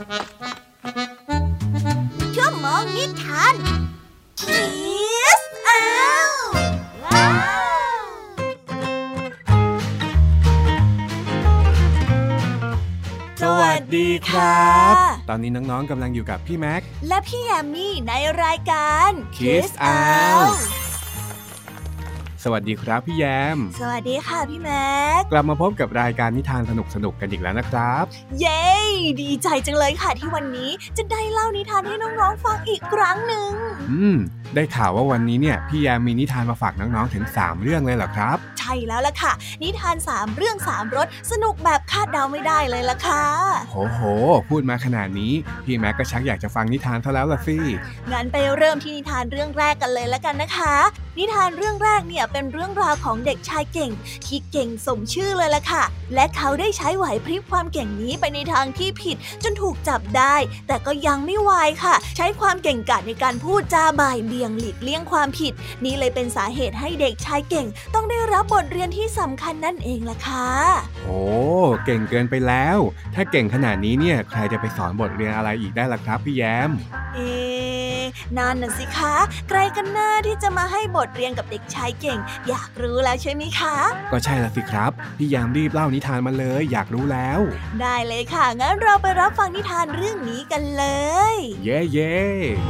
ชั่วโมงนิทาน Kiss Out สวัสดีครับตอนนี้น้องๆกำลังอยู่กับพี่แม็กและพี่แยมมี่ในรายการ Kiss Out สวัสดีครับพี่แยมสวัสดีค่ะพี่แม็กกลับมาพบกับรายการนิทานสนุกๆกันอีกแล้วนะครับเย้ดีใจจังเลยค่ะที่วันนี้จะได้เล่านิทานให้น้องๆฟังอีกครั้งหนึ่งได้ข่าวว่าวันนี้เนี่ยพี่แยมมีนิทานมาฝากน้องๆถึง3เรื่องเลยเหรอครับใช่แล้วล่ะค่ะนิทาน3เรื่อง3รสสนุกแบบคาดเดาไม่ได้เลยล่ะค่ะโหพูดมาขนาดนี้พี่แม็กก็ชักอยากจะฟังนิทานซะแล้วล่ะสิงั้นไปเริ่มที่นิทานเรื่องแรกกันเลยละกันนะคะนิทานเรื่องแรกเนี่ยเป็นเรื่องราวของเด็กชายเก่งที่เก่งสมชื่อเลยล่ะค่ะและเขาได้ใช้ไหวพริบความเก่งนี้ไปในทางที่ผิดจนถูกจับได้แต่ก็ยังไม่วายค่ะใช้ความเก่งกาจในการพูดจาบ่ายเบี่ยงหลีกเลี่ยงความผิดนี่เลยเป็นสาเหตุให้เด็กชายเก่งต้องได้รับบทเรียนที่สำคัญนั่นเองล่ะค่ะโอ้เก่งเกินไปแล้วถ้าเก่งขนาดนี้เนี่ยใครจะไปสอนบทเรียนอะไรอีกได้ล่ะครับพี่แยมนั่นน่ะสิคะใครกันหน้าที่จะมาให้บทเรียนกับเด็กชายเก่งอยากรู้แล้วใช่ไหมคะก็ใช่ละสิครับพี่ยามรีบเล่านิทานมาเลยอยากรู้แล้วได้เลยค่ะงั้นเราไปรับฟังนิทานเรื่องนี้กันเลยเย้เย้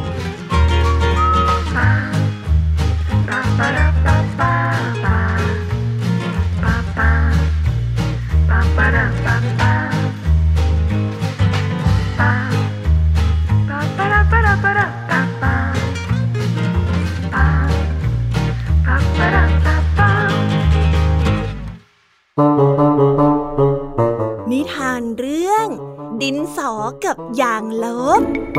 นิทานเรื่องดินสอกับยางลบ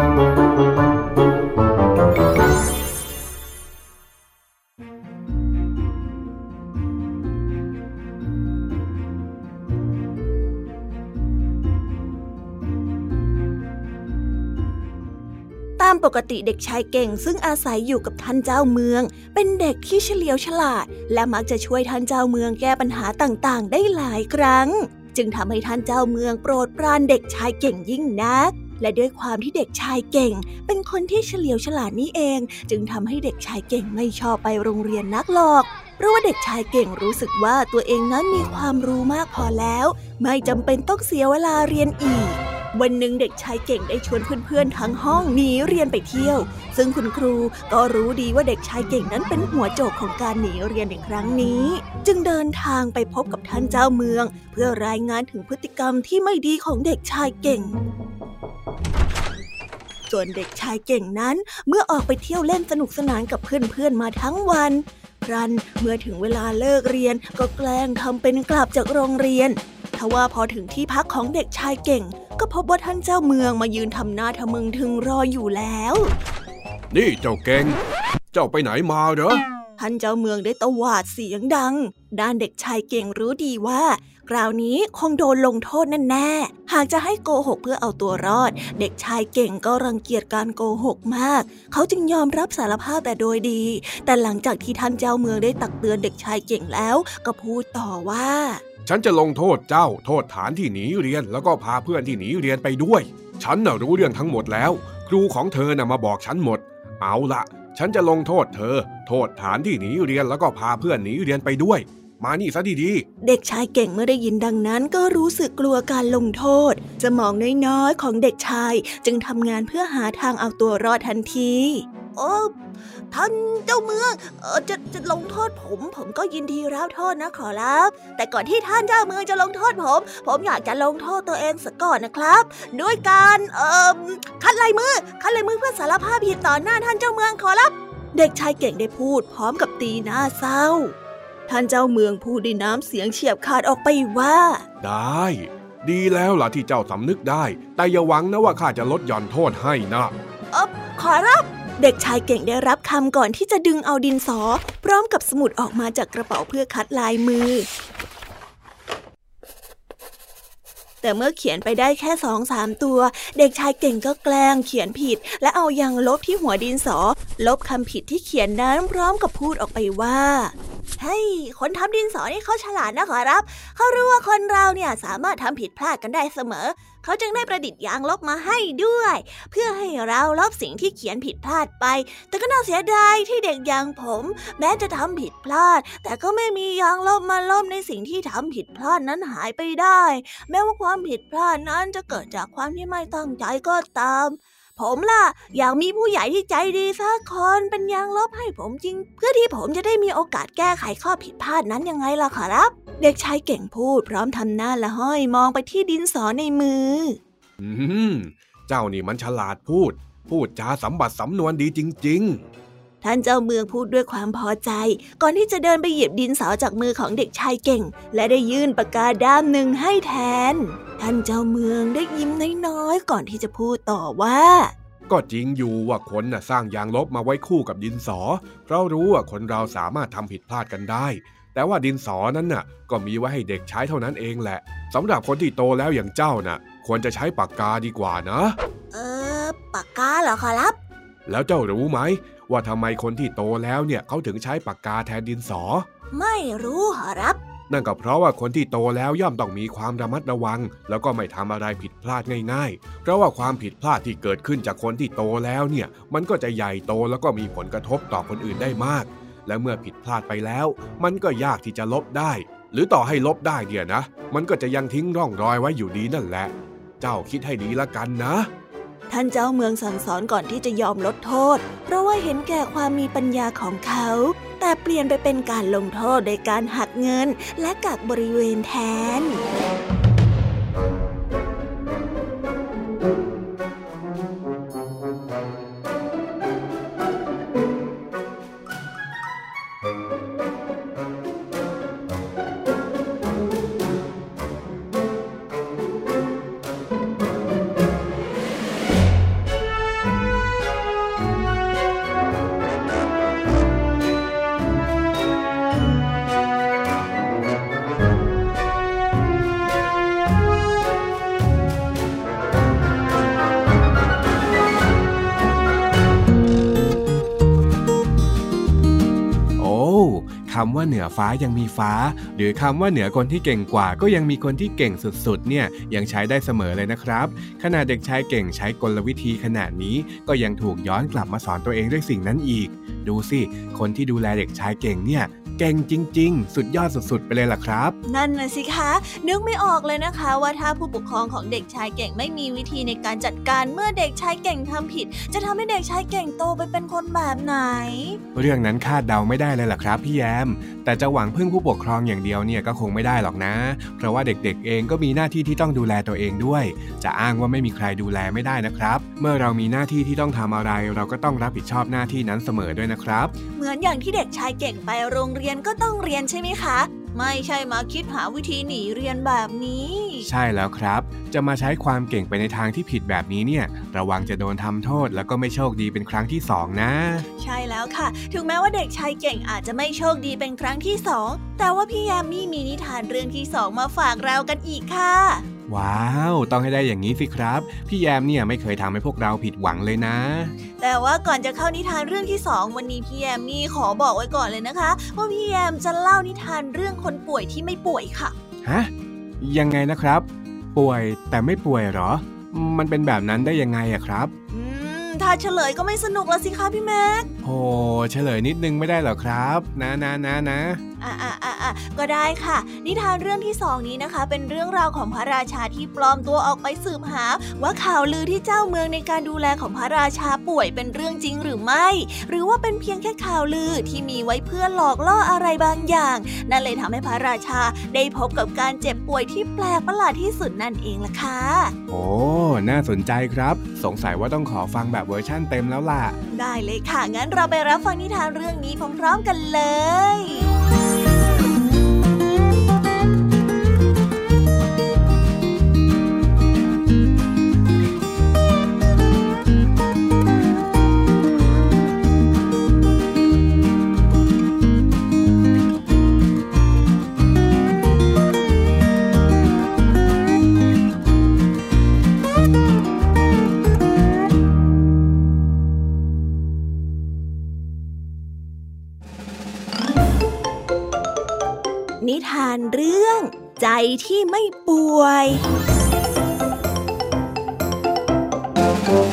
ตามปกติเด็กชายเก่งซึ่งอาศัยอยู่กับท่านเจ้าเมืองเป็นเด็กที่เฉลียวฉลาดและมักจะช่วยท่านเจ้าเมืองแก้ปัญหาต่างๆได้หลายครั้งจึงทำให้ท่านเจ้าเมืองโปรดปรานเด็กชายเก่งยิ่งนักและด้วยความที่เด็กชายเก่งเป็นคนที่เฉลียวฉลาดนี้เองจึงทำให้เด็กชายเก่งไม่ชอบไปโรงเรียนนักหรอกเพราะว่าเด็กชายเก่งรู้สึกว่าตัวเองนั้นมีความรู้มากพอแล้วไม่จำเป็นต้องเสียเวลาเรียนอีกวันหนึ่งเด็กชายเก่งได้ชวนเพื่อนๆทั้งห้องหนีเรียนไปเที่ยวซึ่งคุณครูก็รู้ดีว่าเด็กชายเก่งนั้นเป็นหัวโจกของการหนีเรียนในครั้งนี้จึงเดินทางไปพบกับท่านเจ้าเมืองเพื่อรายงานถึงพฤติกรรมที่ไม่ดีของเด็กชายเก่งส่วนเด็กชายเก่งนั้นเมื่อออกไปเที่ยวเล่นสนุกสนานกับเพื่อนๆมาทั้งวันครั้นเมื่อถึงเวลาเลิกเรียนก็แกล้งทำเป็นกลับจากโรงเรียนทว่าพอถึงที่พักของเด็กชายเก่งก็พบว่าท่านเจ้าเมืองมายืนทำหน้าทะมึงถึงรออยู่แล้วนี่เจ้าเก่งเจ้าไปไหนมาเหรอท่านเจ้าเมืองได้ตวาดเสียงดังด้านเด็กชายเก่งรู้ดีว่าคราวนี้คงโดนลงโทษแน่ๆหากจะให้โกหกเพื่อเอาตัวรอดเด็กชายเก่งก็รังเกียจการโกหกมากเขาจึงยอมรับสารภาพแต่โดยดีแต่หลังจากที่ท่านเจ้าเมืองได้ตักเตือนเด็กชายเก่งแล้วก็พูดต่อว่าฉันจะลงโทษเจ้าโทษฐานที่หนีเรียนแล้วก็พาเพื่อนที่หนีเรียนไปด้วยฉันน่ะรู้เรื่องทั้งหมดแล้วครูของเธอน่ะมาบอกฉันหมดเอาล่ะฉันจะลงโทษเธอโทษฐานที่หนีเรียนแล้วก็พาเพื่อนหนีเรียนไปด้วยมานี่ซะดีๆเด็กชายเก่งเมื่อได้ยินดังนั้นก็รู้สึกกลัวการลงโทษสมองน้อยๆของเด็กชายจึงทำงานเพื่อหาทางเอาตัวรอดทันทีท่านเจ้าเมืองจะลงโทษผมก็ยินดีรับโทษนะขอรับแต่ก่อนที่ท่านเจ้าเมืองจะลงโทษผมอยากจะลงโทษตัวเองซะก่อนนะครับด้วยการคัดลายมือเพื่อสารภาพผิดต่อหน้าท่านเจ้าเมืองขอรับเด็กชายเก่งได้พูดพร้อมกับตีหน้าเศร้าท่านเจ้าเมืองพูดด้วยน้ำเสียงเฉียบขาดออกไปว่าได้ดีแล้วล่ะที่เจ้าสำนึกได้แต่อย่าหวังนะว่าข้าจะลดหย่อนโทษให้นะขอรับเด็กชายเก่งได้รับคำก่อนที่จะดึงเอาดินสอพร้อมกับสมุดออกมาจากกระเป๋าเพื่อคัดลายมือแต่เมื่อเขียนไปได้แค่ 2-3 ตัวเด็กชายเก่งก็แกล้งเขียนผิดและเอายางลบที่หัวดินสอลบคำผิดที่เขียนนั้นพร้อมกับพูดออกไปว่าเฮ้ยคนทำดินสอนี่เขาฉลาดนะขอรับเขารู้ว่าคนเราเนี่ยสามารถทำผิดพลาดกันได้เสมอเขาจึงได้ประดิษฐ์ยางลบมาให้ด้วยเพื่อให้เราลบสิ่งที่เขียนผิดพลาดไปแต่ก็น่าเสียดายที่เด็กอย่างผมแม้จะทำผิดพลาดแต่ก็ไม่มียางลบมาลบในสิ่งที่ทำผิดพลาดนั้นหายไปได้แม้ว่าความผิดพลาดนั้นจะเกิดจากความที่ไม่ตั้งใจก็ตามผมล่ะอยากมีผู้ใหญ่ที่ใจดีสักคนเป็นยางลบให้ผมจริงเพื่อที่ผมจะได้มีโอกาสแก้ไขข้อผิดพลาดนั้นยังไงล่ะครับเด็กชายเก่งพูดพร้อมทำหน้าละห้อยมองไปที่ดินสอในมือเจ้านี่มันฉลาดพูดจาสำบัดสำนวนดีจริงๆท่านเจ้าเมืองพูดด้วยความพอใจก่อนที่จะเดินไปหยิบดินสอจากมือของเด็กชายเก่งและได้ยื่นปากกาด้ามหนึ่งให้แทนท่านเจ้าเมืองได้ยิ้มน้อยๆก่อนที่จะพูดต่อว่าก็จริงอยู่ว่าคนน่ะสร้างยางลบมาไว้คู่กับดินสอเพราะรู้ว่าคนเราสามารถทำผิดพลาดกันได้แต่ว่าดินสอนั้นน่ะก็มีไว้ให้เด็กใช้เท่านั้นเองแหละสำหรับคนที่โตแล้วอย่างเจ้าน่ะควรจะใช้ปากกาดีกว่านะปากกาเหรอครับแล้วเจ้ารู้ไหมว่าทำไมคนที่โตแล้วเนี่ยเขาถึงใช้ปากกาแทนดินสอไม่รู้ครับนั่นก็เพราะว่าคนที่โตแล้วย่อมต้องมีความระมัดระวังแล้วก็ไม่ทำอะไรผิดพลาดง่ายๆเพราะว่าความผิดพลาดที่เกิดขึ้นจากคนที่โตแล้วเนี่ยมันก็จะใหญ่โตแล้วก็มีผลกระทบต่อคนอื่นได้มากและเมื่อผิดพลาดไปแล้วมันก็ยากที่จะลบได้หรือต่อให้ลบได้เนี่ยนะมันก็จะยังทิ้งร่องรอยไว้อยู่ดีนั่นแหละเจ้าคิดให้ดีละกันนะท่านเจ้าเมืองสั่งสอนก่อนที่จะยอมลดโทษเพราะว่าเห็นแก่ความมีปัญญาของเขาแต่เปลี่ยนไปเป็นการลงโทษโดยการหักเงินและกักบริเวณแทนคำว่าเหนือฟ้ายังมีฟ้าหรือคำว่าเหนือคนที่เก่งกว่าก็ยังมีคนที่เก่งสุดๆเนี่ยยังใช้ได้เสมอเลยนะครับขณะเด็กชายเก่งใช้กลวิธีขนาดนี้ก็ยังถูกย้อนกลับมาสอนตัวเองด้วยสิ่งนั้นอีกดูสิคนที่ดูแลเด็กชายเก่งเนี่ยเก่งจริงๆสุดยอดสุดๆไปเลยล่ะครับนั่นน่ะสิคะนึกไม่ออกเลยนะคะว่าถ้าผู้ปกครองของเด็กชายเก่งไม่มีวิธีในการจัดการเมื่อเด็กชายเก่งทำผิดจะทำให้เด็กชายเก่งโตไปเป็นคนแบบไหนเรื่องนั้นคาดเดาไม่ได้เลยล่ะครับพี่แยมแต่จะหวังพึ่งผู้ปกครองอย่างเดียวเนี่ยก็คงไม่ได้หรอกนะเพราะว่าเด็กๆเองก็มีหน้าที่ที่ต้องดูแลตัวเองด้วยจะอ้างว่าไม่มีใครดูแลไม่ได้นะครับเมื่อเรามีหน้าที่ที่ต้องทำอะไรเราก็ต้องรับผิดชอบหน้าที่นั้นเสมอด้วยนะครับเหมือนอย่างที่เด็กชายเก่งไปโรงเรียนก็ต้องเรียนใช่ไหมคะไม่ใช่มาคิดหาวิธีหนีเรียนแบบนี้ใช่แล้วครับจะมาใช้ความเก่งไปในทางที่ผิดแบบนี้เนี่ยระวังจะโดนทำโทษแล้วก็ไม่โชคดีเป็นครั้งที่2นะใช่แล้วค่ะถึงแม้ว่าเด็กชายเก่งอาจจะไม่โชคดีเป็นครั้งที่2แต่ว่าพี่ยามีมีนิทานเรื่องที่2มาฝากเรากันอีกค่ะว้าวต้องให้ได้อย่างนี้สิครับพี่แยมเนี่ยไม่เคยทำให้พวกเราผิดหวังเลยนะแต่ว่าก่อนจะเข้านิทานเรื่องที่2วันนี้พี่แยมมี่ขอบอกไว้ก่อนเลยนะคะว่าพี่แยมจะเล่านิทานเรื่องคนป่วยที่ไม่ป่วยค่ะฮะยังไงนะครับป่วยแต่ไม่ป่วยเหรอมันเป็นแบบนั้นได้ยังไงอะครับถ้าเฉลยก็ไม่สนุกแล้วสิคะพี่แม็กโอ้เฉลยนิดนึงไม่ได้เหรอครับนะก็ได้ค่ะนิทานเรื่องที่2นี้นะคะเป็นเรื่องราวของพระราชาที่ปลอมตัวออกไปสืบหาว่าข่าวลือที่เจ้าเมืองในการดูแลของพระราชาป่วยเป็นเรื่องจริงหรือไม่หรือว่าเป็นเพียงแค่ข่าวลือที่มีไว้เพื่อหลอกล่ออะไรบางอย่างนั่นเลยทำให้พระราชาได้พบกับการเจ็บป่วยที่แปลกประหลาดที่สุดนั่นเองล่ะค่ะโอ้น่าสนใจครับสงสัยว่าต้องขอฟังแบบเวอร์ชั่นเต็มแล้วล่ะได้เลยค่ะงั้นเราไปรับฟังนิทานเรื่องนี้พร้อมๆกันเลยนิทานเรื่องใจที่ไม่ป่วย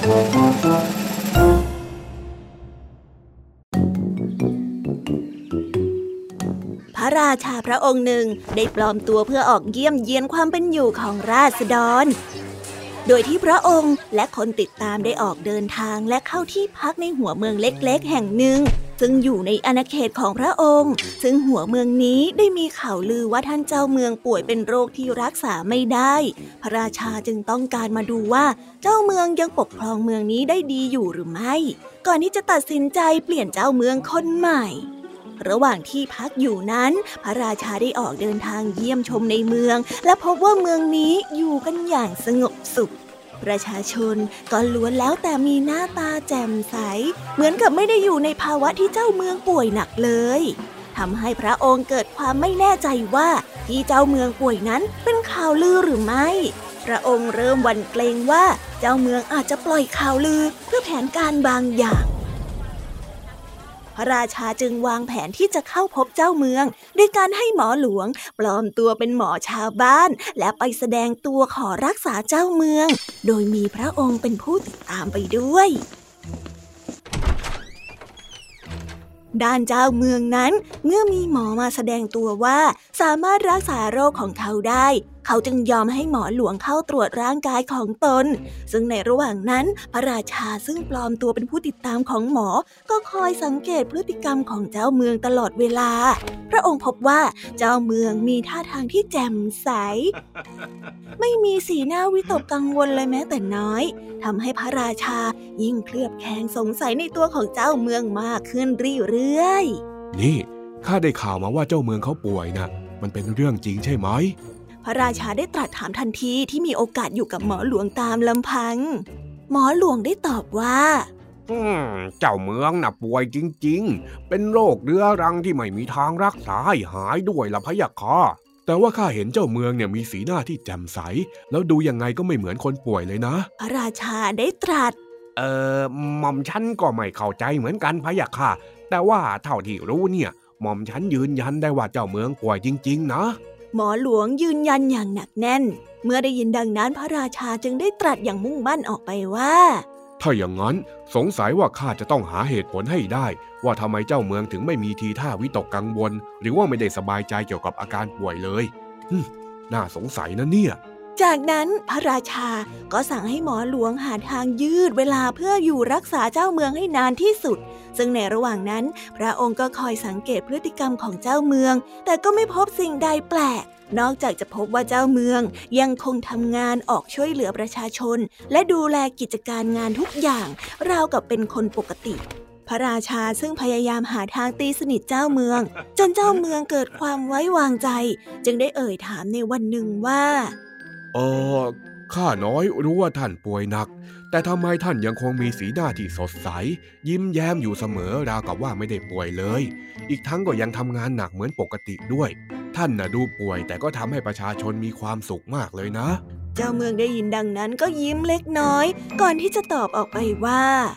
พระราชาพระองค์หนึ่งได้ปลอมตัวเพื่อออกเยี่ยมเยียนความเป็นอยู่ของราษฎรโดยที่พระองค์และคนติดตามได้ออกเดินทางและเข้าที่พักในหัวเมืองเล็กๆแห่งหนึ่งซึ่งอยู่ในอาณาเขตของพระองค์ซึ่งหัวเมืองนี้ได้มีข่าวลือว่าท่านเจ้าเมืองป่วยเป็นโรคที่รักษาไม่ได้พระราชาจึงต้องการมาดูว่าเจ้าเมืองยังปกครองเมืองนี้ได้ดีอยู่หรือไม่ก่อนที่จะตัดสินใจเปลี่ยนเจ้าเมืองคนใหม่ระหว่างที่พักอยู่นั้นพระราชาได้ออกเดินทางเยี่ยมชมในเมืองและพบว่าเมืองนี้อยู่กันอย่างสงบสุขประชาชนก็ล้วนแล้วแต่มีหน้าตาแจ่มใสเหมือนกับไม่ได้อยู่ในภาวะที่เจ้าเมืองป่วยหนักเลยทำให้พระองค์เกิดความไม่แน่ใจว่าที่เจ้าเมืองป่วยนั้นเป็นข่าวลือหรือไม่พระองค์เริ่มหวั่นเกรงว่าเจ้าเมืองอาจจะปล่อยข่าวลือเพื่อแผนการบางอย่างพระราชาจึงวางแผนที่จะเข้าพบเจ้าเมืองด้วยการให้หมอหลวงปลอมตัวเป็นหมอชาวบ้านและไปแสดงตัวขอรักษาเจ้าเมืองโดยมีพระองค์เป็นผู้ติดตามไปด้วยด้านเจ้าเมืองนั้นเมื่อมีหมอมาแสดงตัวว่าสามารถรักษาโรคของเขาได้เขาจึงยอมให้หมอหลวงเข้าตรวจร่างกายของตนซึ่งในระหว่างนั้นพระราชาซึ่งปลอมตัวเป็นผู้ติดตามของหมอก็คอยสังเกตพฤติกรรมของเจ้าเมืองตลอดเวลาพระองค์พบว่าเจ้าเมืองมีท่าทางที่แจ่มใส ไม่มีสีหน้าวิตกกังวลเลยแม้แต่น้อยทำให้พระราชายิ่งเคลือบแคลงสงสัยในตัวของเจ้าเมืองมากขึ้นเรื่อยๆนี่ข้าได้ข่าวมาว่าเจ้าเมืองเขาป่วยนะมันเป็นเรื่องจริงใช่ไหมพระราชาได้ตรัสถามทันทีที่มีโอกาสอยู่กับหมอหลวงตามลำพังหมอหลวงได้ตอบว่าเจ้าเมืองน่ะป่วยจริงๆเป็นโรคเรื้อรังที่ไม่มีทางรักษาให้หายด้วยล่ะพะยะค่ะแต่ว่าข้าเห็นเจ้าเมืองเนี่ยมีสีหน้าที่แจ่มใสแล้วดูยังไงก็ไม่เหมือนคนป่วยเลยนะพระราชาได้ตรัสหม่อมฉันก็ไม่เข้าใจเหมือนกันพะยะค่ะแต่ว่าเท่าที่รู้เนี่ยหม่อมฉันยืนยันได้ว่าเจ้าเมืองป่วยจริงๆนะหมอหลวงยืนยันอย่างหนักแน่นเมื่อได้ยินดังนั้นพระราชาจึงได้ตรัสอย่างมุ่งมั่นออกไปว่าถ้าอย่างนั้นสงสัยว่าข้าจะต้องหาเหตุผลให้ได้ว่าทำไมเจ้าเมืองถึงไม่มีทีท่าวิตกกังวลหรือว่าไม่ได้สบายใจเกี่ยวกับอาการป่วยเลยน่าสงสัยนะเนี่ยจากนั้นพระราชาก็สั่งให้หมอหลวงหาทางยืดเวลาเพื่ออยู่รักษาเจ้าเมืองให้นานที่สุดซึ่งในระหว่างนั้นพระองค์ก็คอยสังเกตพฤติกรรมของเจ้าเมืองแต่ก็ไม่พบสิ่งใดแปลกนอกจากจะพบว่าเจ้าเมืองยังคงทำงานออกช่วยเหลือประชาชนและดูแลกิจการงานทุกอย่างราวกับเป็นคนปกติพระราชาซึ่งพยายามหาทางตีสนิทเจ้าเมืองจนเจ้าเมืองเกิดความไว้วางใจจึงได้เอ่ยถามในวันหนึ่งว่าข้าน้อยรู้ว่าท่านป่วยหนักแต่ทำไมท่านยังคงมีสีหน้าที่สดใสยิ้มแย้มอยู่เสมอราวกับว่าไม่ได้ป่วยเลยอีกทั้งก็ยังทำงานหนักเหมือนปกติด้วยท่านน่ะดูป่วยแต่ก็ทำให้ประชาชนมีความสุขมากเลยนะเจ้าเมืองได้ยินดังนั้นก็ยิ้มเล็กน้อยก่อนที่จะตอบออกไปว่า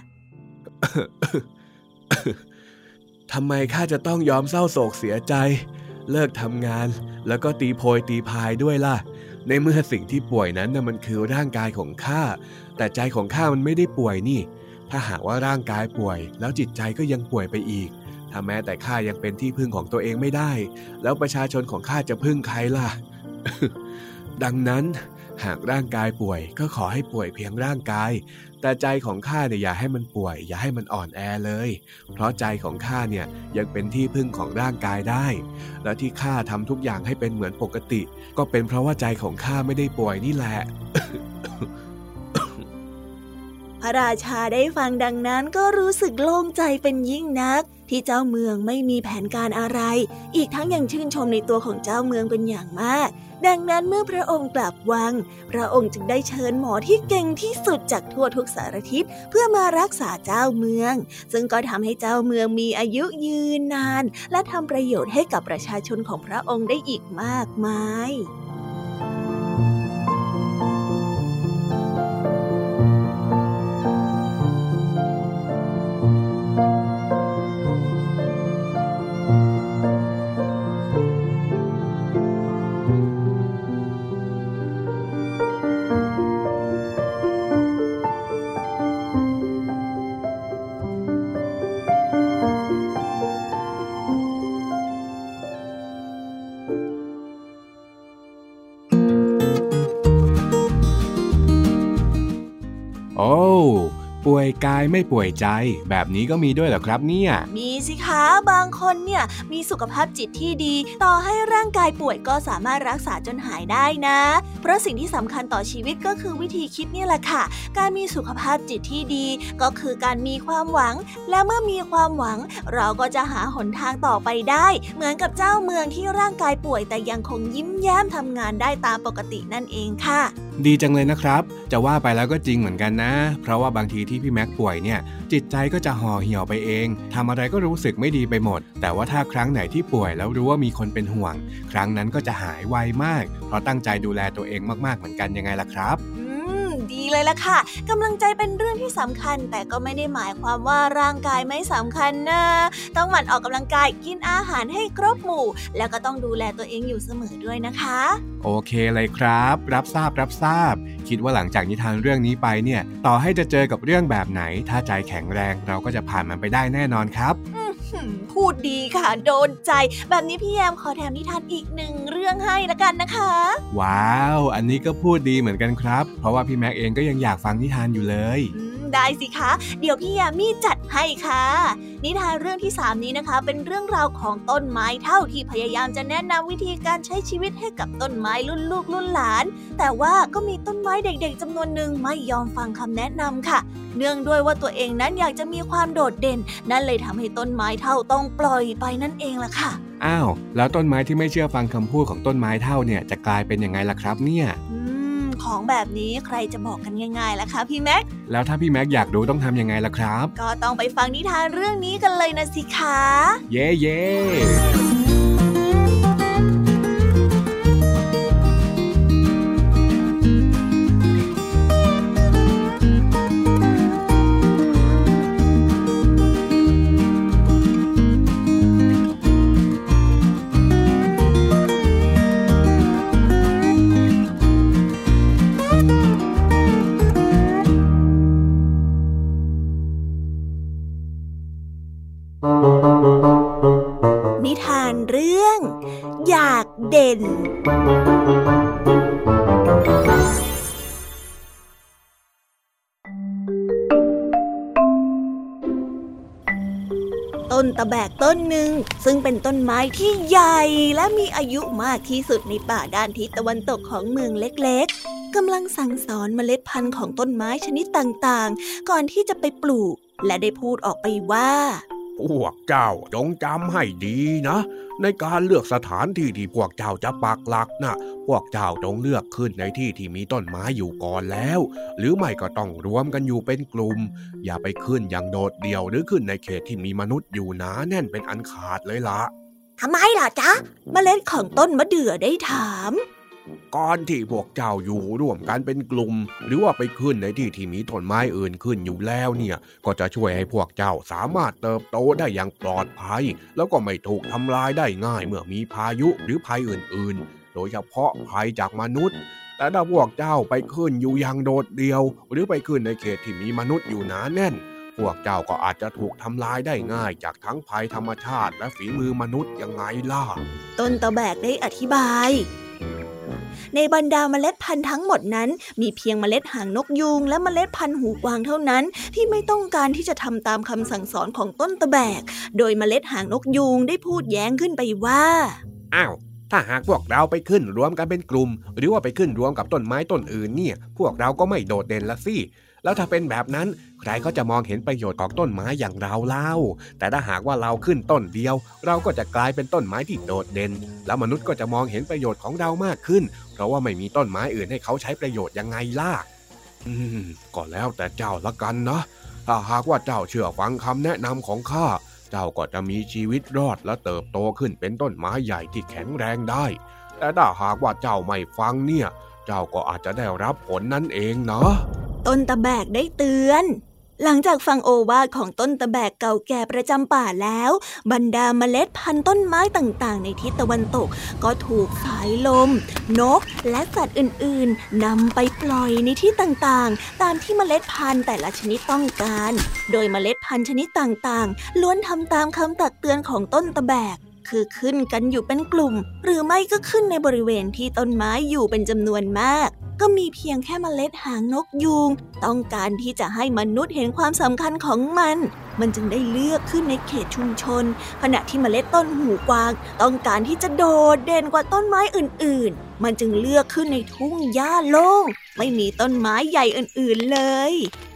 ทำไมข้าจะต้องยอมเศร้าโศกเสียใจเลิกทำงานแล้วก็ตีโพยตีพายด้วยล่ะในเมื่อสิ่งที่ป่วยนั้นน่ะมันคือร่างกายของข้าแต่ใจของข้ามันไม่ได้ป่วยนี่ถ้าหากว่าร่างกายป่วยแล้วจิตใจก็ยังป่วยไปอีกถ้าแม้แต่ข้ายังเป็นที่พึ่งของตัวเองไม่ได้แล้วประชาชนของข้าจะพึ่งใครล่ะ ดังนั้นหากร่างกายป่วยก็ขอให้ป่วยเพียงร่างกายแต่ใจของข้าเนี่ยอย่าให้มันป่วยอย่าให้มันอ่อนแอเลยเพราะใจของข้าเนี่ยยังเป็นที่พึ่งของร่างกายได้และที่ข้าทำทุกอย่างให้เป็นเหมือนปกติก็เป็นเพราะว่าใจของข้าไม่ได้ป่วยนี่แหละพระราชาได้ฟังดังนั้นก็รู้สึกโล่งใจเป็นยิ่งนักที่เจ้าเมืองไม่มีแผนการอะไรอีกทั้งยังชื่นชมในตัวของเจ้าเมืองเป็นอย่างมากดังนั้นเมื่อพระองค์กลับวังพระองค์จึงได้เชิญหมอที่เก่งที่สุดจากทั่วทุกสารทิศเพื่อมารักษาเจ้าเมืองซึ่งก็ทำให้เจ้าเมืองมีอายุยืนนานและทำประโยชน์ให้กับประชาชนของพระองค์ได้อีกมากมายโอ้ป่วยกายไม่ป่วยใจแบบนี้ก็มีด้วยเหรอครับเนี่ยมีสิคะบางคนเนี่ยมีสุขภาพจิตที่ดีต่อให้ร่างกายป่วยก็สามารถรักษาจนหายได้นะเพราะสิ่งที่สำคัญต่อชีวิตก็คือวิธีคิดนี่แหละค่ะการมีสุขภาพจิตที่ดีก็คือการมีความหวังและเมื่อมีความหวังเราก็จะหาหนทางต่อไปได้เหมือนกับเจ้าเมืองที่ร่างกายป่วยแต่ยังคงยิ้มแย้มทำงานได้ตามปกตินั่นเองค่ะดีจังเลยนะครับจะว่าไปแล้วก็จริงเหมือนกันนะเพราะว่าบางทีที่พี่แม็กป่วยเนี่ยจิตใจก็จะห่อเหี่ยวไปเองทำอะไรก็รู้สึกไม่ดีไปหมดแต่ว่าถ้าครั้งไหนที่ป่วยแล้วรู้ว่ามีคนเป็นห่วงครั้งนั้นก็จะหายไวมากเพราะตั้งใจดูแลตัวเองมากๆเหมือนกันยังไงล่ะครับดีเลยล่ะค่ะกำลังใจเป็นเรื่องที่สำคัญแต่ก็ไม่ได้หมายความว่าร่างกายไม่สำคัญนะต้องหมั่นออกกำลังกายกินอาหารให้ครบหมู่แล้วก็ต้องดูแลตัวเองอยู่เสมอด้วยนะคะโอเคเลยครับรับทราบคิดว่าหลังจากนิทานเรื่องนี้ไปเนี่ยต่อให้จะเจอกับเรื่องแบบไหนถ้าใจแข็งแรงเราก็จะผ่านมันไปได้แน่นอนครับพูดดีค่ะโดนใจแบบนี้พี่แยมขอแถมนิทานอีก1เรื่องให้ละกันนะคะว้าวอันนี้ก็พูดดีเหมือนกันครับเพราะว่าพี่แม็กเองก็ยังอยากฟังนิทานอยู่เลยได้สิคะเดี๋ยวพี่แยมมี่จัดให้ค่ะนิทานเรื่องที่3นี้นะคะเป็นเรื่องราวของต้นไม้เฒ่าที่พยายามจะแนะนำวิธีการใช้ชีวิตให้กับต้นไม้รุ่นลูกรุ่นหลานแต่ว่าก็มีต้นไม้เด็กๆจำนวนหนึ่งไม่ยอมฟังคำแนะนำค่ะเนื่องด้วยว่าตัวเองนั้นอยากจะมีความโดดเด่นนั่นเลยทำให้ต้นไม้เฒ่าต้องปล่อยไปนั่นเองล่ะค่ะอ้าวแล้วต้นไม้ที่ไม่เชื่อฟังคำพูดของต้นไม้เฒ่าเนี่ยจะกลายเป็นยังไงล่ะครับเนี่ยของแบบนี้ใครจะบอกกันง่ายๆล่ะคะพี่แม็กแล้วถ้าพี่แม็กอยากรู้ต้องทำยังไงล่ะครับก็ต้องไปฟังนิทานเรื่องนี้กันเลยนะสิคะเย่เย่นิทานเรื่องอยากเด่นต้นตะแบกต้นหนึ่งซึ่งเป็นต้นไม้ที่ใหญ่และมีอายุมากที่สุดในป่าด้านทิศตะวันตกของเมืองเล็กๆกำลังสั่งสอนเมล็ดพันธุ์ของต้นไม้ชนิดต่างๆก่อนที่จะไปปลูกและได้พูดออกไปว่าพวกเจ้าจงจำให้ดีนะในการเลือกสถานที่ที่พวกเจ้าจะปักหลักนะพวกเจ้าจงเลือกขึ้นในที่ที่มีต้นไม้อยู่ก่อนแล้วหรือไม่ก็ต้องรวมกันอยู่เป็นกลุ่มอย่าไปขึ้นอย่างโดดเดี่ยวหรือขึ้นในเขตที่มีมนุษย์อยู่หนาแน่นเป็นอันขาดเลยล่ะทำไมล่ะจ๊ะเมล็ดของต้นมะเดื่อได้ถามก่อนที่พวกเจ้าอยู่ร่วมกันเป็นกลุ่มหรือว่าไปขึ้นในที่ที่มีต้นไม้อื่นขึ้นอยู่แล้วเนี่ยก็จะช่วยให้พวกเจ้าสามารถเติบโตได้อย่างปลอดภัยแล้วก็ไม่ถูกทำลายได้ง่ายเมื่อมีพายุหรือภัยอื่นๆโดยเฉพาะภัยจากมนุษย์แต่ถ้าพวกเจ้าไปขึ้นอยู่อย่างโดดเดี่ยวหรือไปขึ้นในเขตที่มีมนุษย์อยู่หนาแน่นพวกเจ้าก็อาจจะถูกทำลายได้ง่ายจากทั้งภัยธรรมชาติและฝีมือมนุษย์ยังไงล่ะต้นตะแบกได้อธิบายในบรรดาเมล็ดพันธุ์ทั้งหมดนั้นมีเพียงเมล็ดหางนกยูงและเมล็ดพันธุ์หูกวางเท่านั้นที่ไม่ต้องการที่จะทำตามคำสั่งสอนของต้นตะแบกโดยเมล็ดหางนกยูงได้พูดแย้งขึ้นไปว่าอ้าวถ้าหากพวกเราไปขึ้นรวมกันเป็นกลุ่มหรือว่าไปขึ้นรวมกับต้นไม้ต้นอื่นเนี่ยพวกเราก็ไม่โดดเด่นละสิแล้วถ้าเป็นแบบนั้นใครเขาจะมองเห็นประโยชน์ของต้นไม้อย่างเราเล่าแต่ถ้าหากว่าเราขึ้นต้นเดียวเราก็จะกลายเป็นต้นไม้ที่โดดเด่นแล้วมนุษย์ก็จะมองเห็นประโยชน์ของเรามากขึ้นเพราะว่าไม่มีต้นไม้อื่นให้เขาใช้ประโยชน์ยังไงล่ะก็แล้วแต่เจ้าละกันนะถ้าหากว่าเจ้าเชื่อฟังคำแนะนำของข้าเจ้าก็จะมีชีวิตรอดและเติบโตขึ้นเป็นต้นไม้ใหญ่ที่แข็งแรงได้แต่ถ้าหากว่าเจ้าไม่ฟังเนี่ยเจ้าก็อาจจะได้รับผลนั้นเองนะต้นตะแบกได้เตือนหลังจากฟังโอวาทของต้นตะแบกเก่าแก่ประจำป่าแล้วบรรดาเมล็ดพันธุ์ต้นไม้ต่างๆในทิศตะวันตกก็ถูกสายลมนกและสัตว์อื่นๆนำไปปล่อยในที่ต่างๆตามที่เมล็ดพันธุ์แต่ละชนิดต้องการโดยเมล็ดพันธุ์ชนิดต่างๆล้วนทำตามคำตักเตือนของต้นตะแบกคือขึ้นกันอยู่เป็นกลุ่มหรือไม่ก็ขึ้นในบริเวณที่ต้นไม้อยู่เป็นจำนวนมากก็มีเพียงแค่เมล็ดหางนกยูงต้องการที่จะให้มนุษย์เห็นความสำคัญของมันจึงได้เลือกขึ้นในเขตชุมชนขณะที่เมล็ดต้นหูกวางต้องการที่จะโดดเด่นกว่าต้นไม้อื่นๆมันจึงเลือกขึ้นในทุ่งหญ้าโล่งไม่มีต้นไม้ใหญ่อื่นๆเลย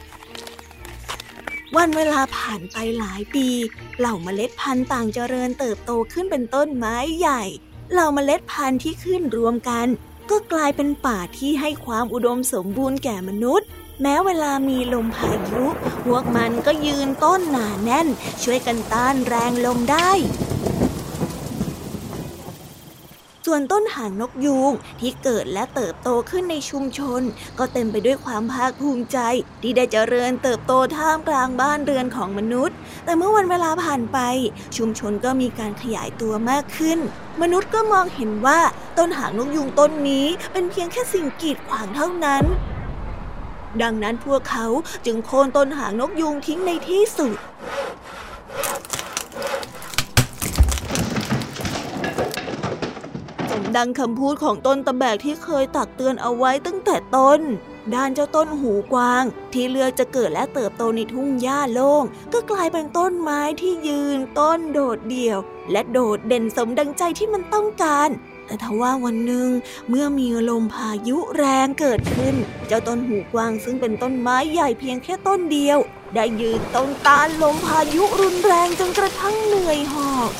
วันเวลาผ่านไปหลายปีเหล่าเมล็ดพันธุ์ต่างเจริญเติบโตขึ้นเป็นต้นไม้ใหญ่เหล่าเมล็ดพันธุ์ที่ขึ้นรวมกันก็กลายเป็นป่าที่ให้ความอุดมสมบูรณ์แก่มนุษย์แม้เวลามีลมพายุพวกมันก็ยืนต้นหนาแน่นช่วยกันต้านแรงลมได้ส่วนต้นหางนกยูงที่เกิดและเติบโตขึ้นในชุมชนก็เต็มไปด้วยความภาคภูมิใจที่ได้เจริญเติบโตท่ามกลางบ้านเรือนของมนุษย์แต่เมื่อวันเวลาผ่านไปชุมชนก็มีการขยายตัวมากขึ้นมนุษย์ก็มองเห็นว่าต้นหางนกยูงต้นนี้เป็นเพียงแค่สิ่งกีดขวางเท่านั้นดังนั้นพวกเขาจึงโค่นต้นหางนกยูงทิ้งในที่สุดดังคำพูดของต้นตะแบกที่เคยตักเตือนเอาไว้ตั้งแต่ต้นด้านเจ้าต้นหูกวางที่เลือกจะเกิดและเติบโตในทุ่งหญ้าโล่งก็กลายเป็นต้นไม้ที่ยืนต้นโดดเดี่ยวและโดดเด่นสมดังใจที่มันต้องการแต่ทว่าวันหนึ่งเมื่อมีลมพายุแรงเกิดขึ้นเจ้าต้นหูกวางซึ่งเป็นต้นไม้ใหญ่เพียงแค่ต้นเดียวได้ยืนต้นต้านลมพายุรุนแรงจนกระทั่งเหนื่อยหอบ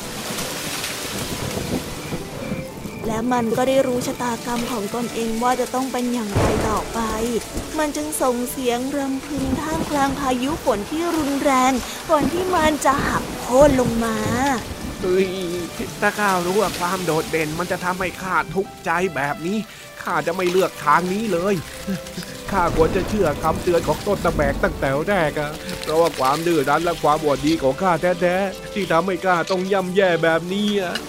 และมันก็ได้รู้ชะตากรรมของตนเองว่าจะต้องเป็นอย่างไรต่อไปมันจึงส่งเสียงรำพึงท่ามกลางพายุฝนที่รุนแรงก่อนที่มันจะหักโค่นลงมาถ้าข้ารู้ว่าความโดดเด่นมันจะทำให้ข้าทุกข์ใจแบบนี้ข้าจะไม่เลือกทางนี้เลยข้าควรจะเชื่อคำเตือนของต้นตะแบกตั้งแต่แรกเพราะว่าความดื้อรั้นและความอวดดีของข้าแท้ๆที่ทำให้ข้าต้องย่ำแย่แบบนี้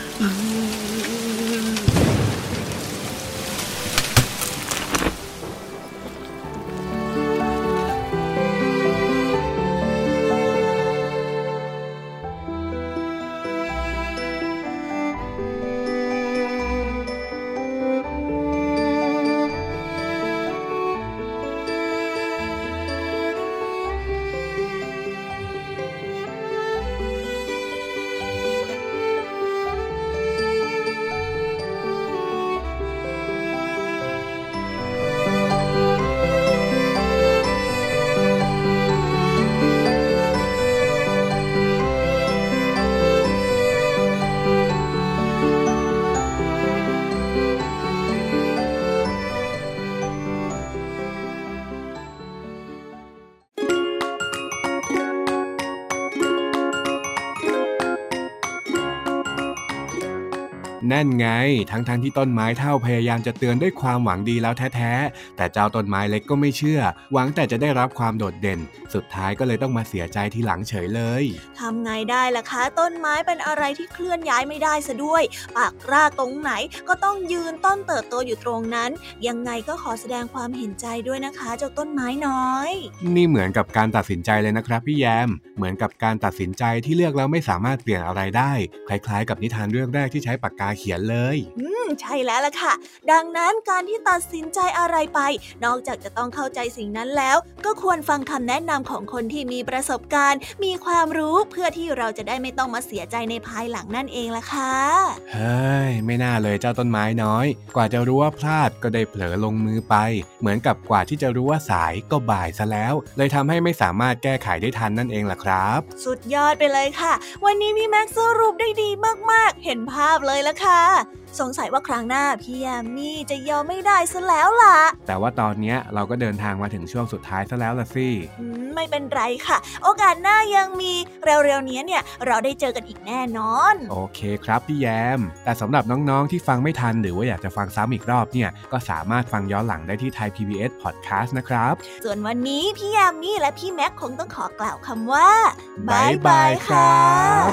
นั่นไงทั้งที่ต้นไม้เฒ่าพยายามจะเตือนด้วยความหวังดีแล้วแท้ๆแต่เจ้าต้นไม้เล็กก็ไม่เชื่อหวังแต่จะได้รับความโดดเด่นสุดท้ายก็เลยต้องมาเสียใจทีหลังเฉยเลยทำไงได้ล่ะคะต้นไม้เป็นอะไรที่เคลื่อนย้ายไม่ได้ซะด้วยปากรากตรงไหนก็ต้องยืนต้นเติบโตอยู่ตรงนั้นยังไงก็ขอแสดงความเห็นใจด้วยนะคะเจ้าต้นไม้น้อยนี่เหมือนกับการตัดสินใจเลยนะครับพี่แยมเหมือนกับการตัดสินใจที่เลือกแล้วไม่สามารถเปลี่ยนอะไรได้คล้ายๆกับนิทานเรื่องแรกที่ใช้ปากกาเขียนเลยใช่แล้วล่ะค่ะดังนั้นการที่ตัดสินใจอะไรไปนอกจากจะต้องเข้าใจสิ่งนั้นแล้วก็ควรฟังคำแนะนำของคนที่มีประสบการณ์มีความรู้เพื่อที่เราจะได้ไม่ต้องมาเสียใจในภายหลังนั่นเองล่ะค่ะเฮ้ยไม่น่าเลยเจ้าต้นไม้น้อยกว่าจะรู้ว่าพลาดก็ได้เผลอลงมือไปเหมือนกับกว่าที่จะรู้ว่าสายก็บ่ายซะแล้วเลยทำให้ไม่สามารถแก้ไขได้ทันนั่นเองล่ะครับสุดยอดไปเลยค่ะวันนี้พี่แม็กซ์สรุปได้ดีมากๆเห็นภาพเลยล่ะค่ะสงสัยว่าครั้งหน้าพี่แยมมี่จะยอมไม่ได้ซะแล้วล่ะแต่ว่าตอนนี้เราก็เดินทางมาถึงช่วงสุดท้ายซะแล้วล่ะสิไม่เป็นไรค่ะโอกาสหน้ายังมีเร็วๆนี้เนี่ยเราได้เจอกันอีกแน่นอนโอเคครับพี่แยมแต่สำหรับน้องๆที่ฟังไม่ทันหรือว่าอยากจะฟังซ้ำอีกรอบเนี่ยก็สามารถฟังย้อนหลังได้ที่ Thai PBS Podcast นะครับส่วนวันนี้พี่แยมมี่และพี่แม็กคงต้องขอกล่าวคำว่าบ๊ายบายครับ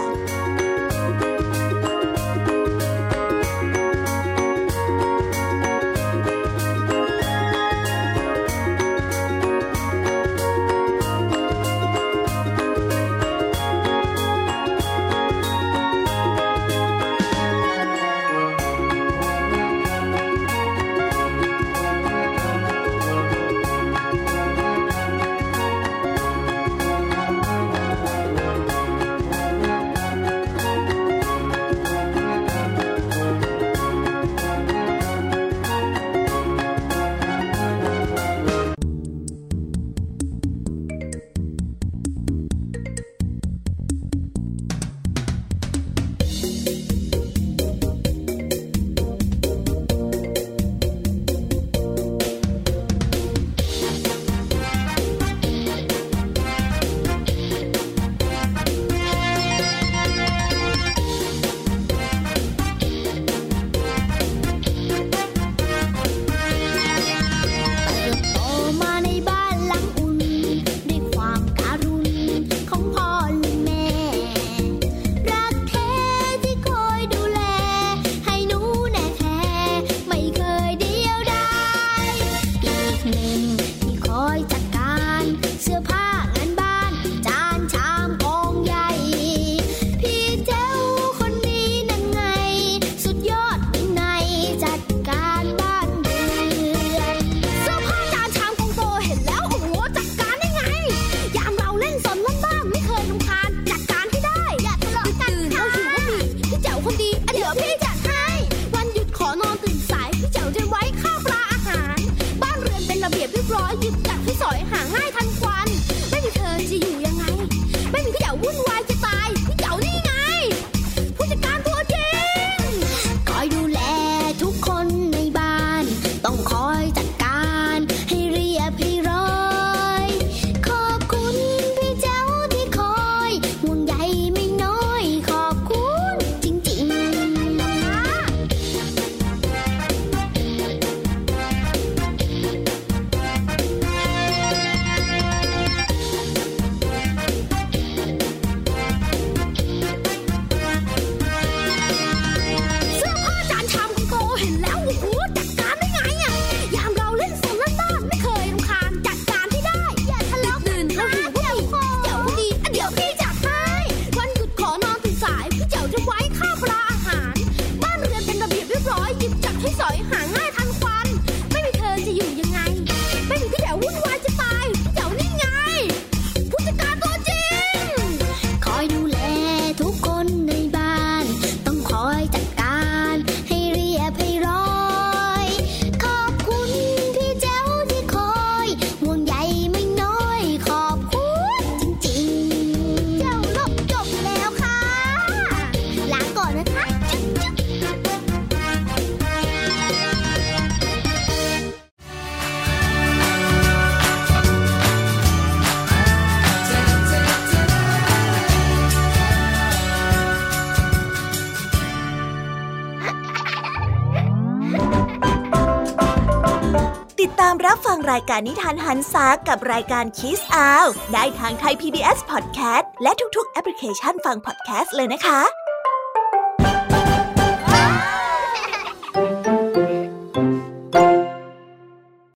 รายการนิทานหันษากับรายการ Kiss Out ได้ทางไทย PBS Podcast และทุกๆแอปพลิเคชันฟัง podcast เลยนะคะ